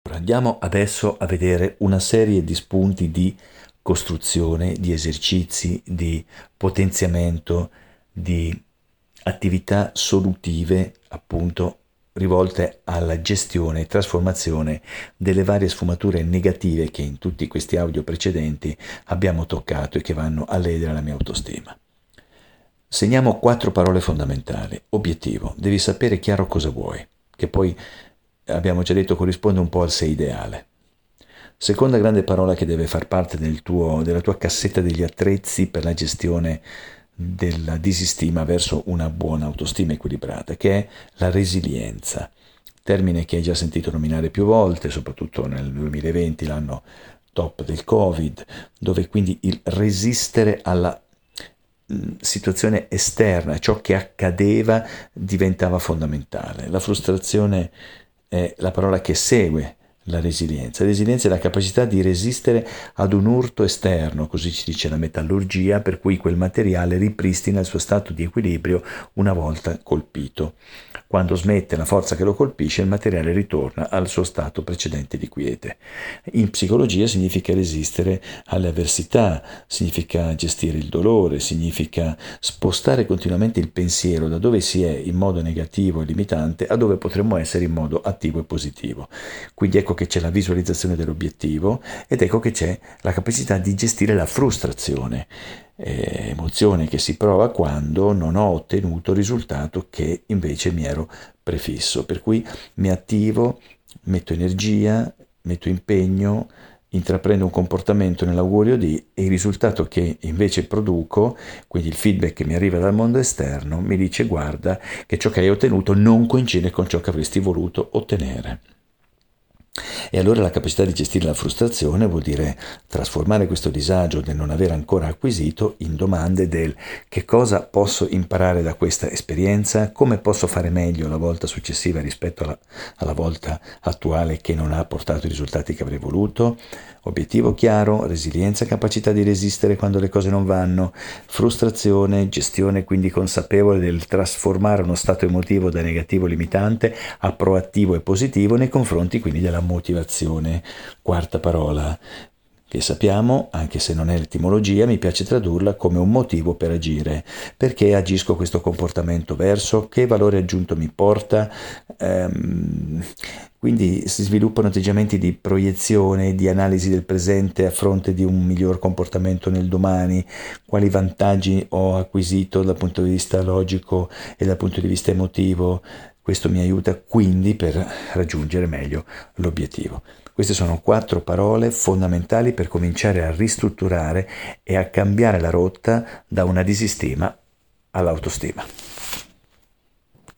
Andiamo adesso a vedere una serie di spunti di costruzione, di esercizi, di potenziamento, di attività solutive, appunto, rivolte alla gestione e trasformazione delle varie sfumature negative che in tutti questi audio precedenti abbiamo toccato e che vanno a ledere la mia autostima. Segniamo 4 parole fondamentali. Obiettivo, devi sapere chiaro cosa vuoi, che poi abbiamo già detto corrisponde un po' al sé ideale. Seconda grande parola che deve far parte della tua cassetta degli attrezzi per la gestione della disistima verso una buona autostima equilibrata, che è la resilienza, termine che hai già sentito nominare più volte, soprattutto nel 2020, l'anno top del Covid, dove quindi il resistere alla situazione esterna, ciò che accadeva diventava fondamentale. La frustrazione è la parola che segue la resilienza. La resilienza è la capacità di resistere ad un urto esterno, così ci dice la metallurgia, per cui quel materiale ripristina il suo stato di equilibrio una volta colpito. Quando smette la forza che lo colpisce, il materiale ritorna al suo stato precedente di quiete. In psicologia significa resistere alle avversità, significa gestire il dolore, significa spostare continuamente il pensiero da dove si è in modo negativo e limitante a dove potremmo essere in modo attivo e positivo. Quindi ecco che c'è la visualizzazione dell'obiettivo ed ecco che c'è la capacità di gestire la frustrazione, emozione che si prova quando non ho ottenuto il risultato che invece mi ero prefisso. Per cui mi attivo, metto energia, metto impegno, intraprendo un comportamento nell'augurio di, e il risultato che invece produco, quindi il feedback che mi arriva dal mondo esterno, mi dice guarda che ciò che hai ottenuto non coincide con ciò che avresti voluto ottenere. E allora la capacità di gestire la frustrazione vuol dire trasformare questo disagio del non aver ancora acquisito in domande del che cosa posso imparare da questa esperienza, come posso fare meglio la volta successiva rispetto alla volta attuale che non ha portato i risultati che avrei voluto. Obiettivo chiaro, resilienza, capacità di resistere quando le cose non vanno, frustrazione, gestione quindi consapevole del trasformare uno stato emotivo da negativo limitante a proattivo e positivo nei confronti quindi della motivazione. Quarta parola che sappiamo, anche se non è l'etimologia, mi piace tradurla come un motivo per agire. Perché agisco questo comportamento verso? Che valore aggiunto mi porta? Quindi si sviluppano atteggiamenti di proiezione, di analisi del presente a fronte di un miglior comportamento nel domani, quali vantaggi ho acquisito dal punto di vista logico e dal punto di vista emotivo. Questo mi aiuta quindi per raggiungere meglio l'obiettivo. Queste sono 4 parole fondamentali per cominciare a ristrutturare e a cambiare la rotta da una disistima all'autostima.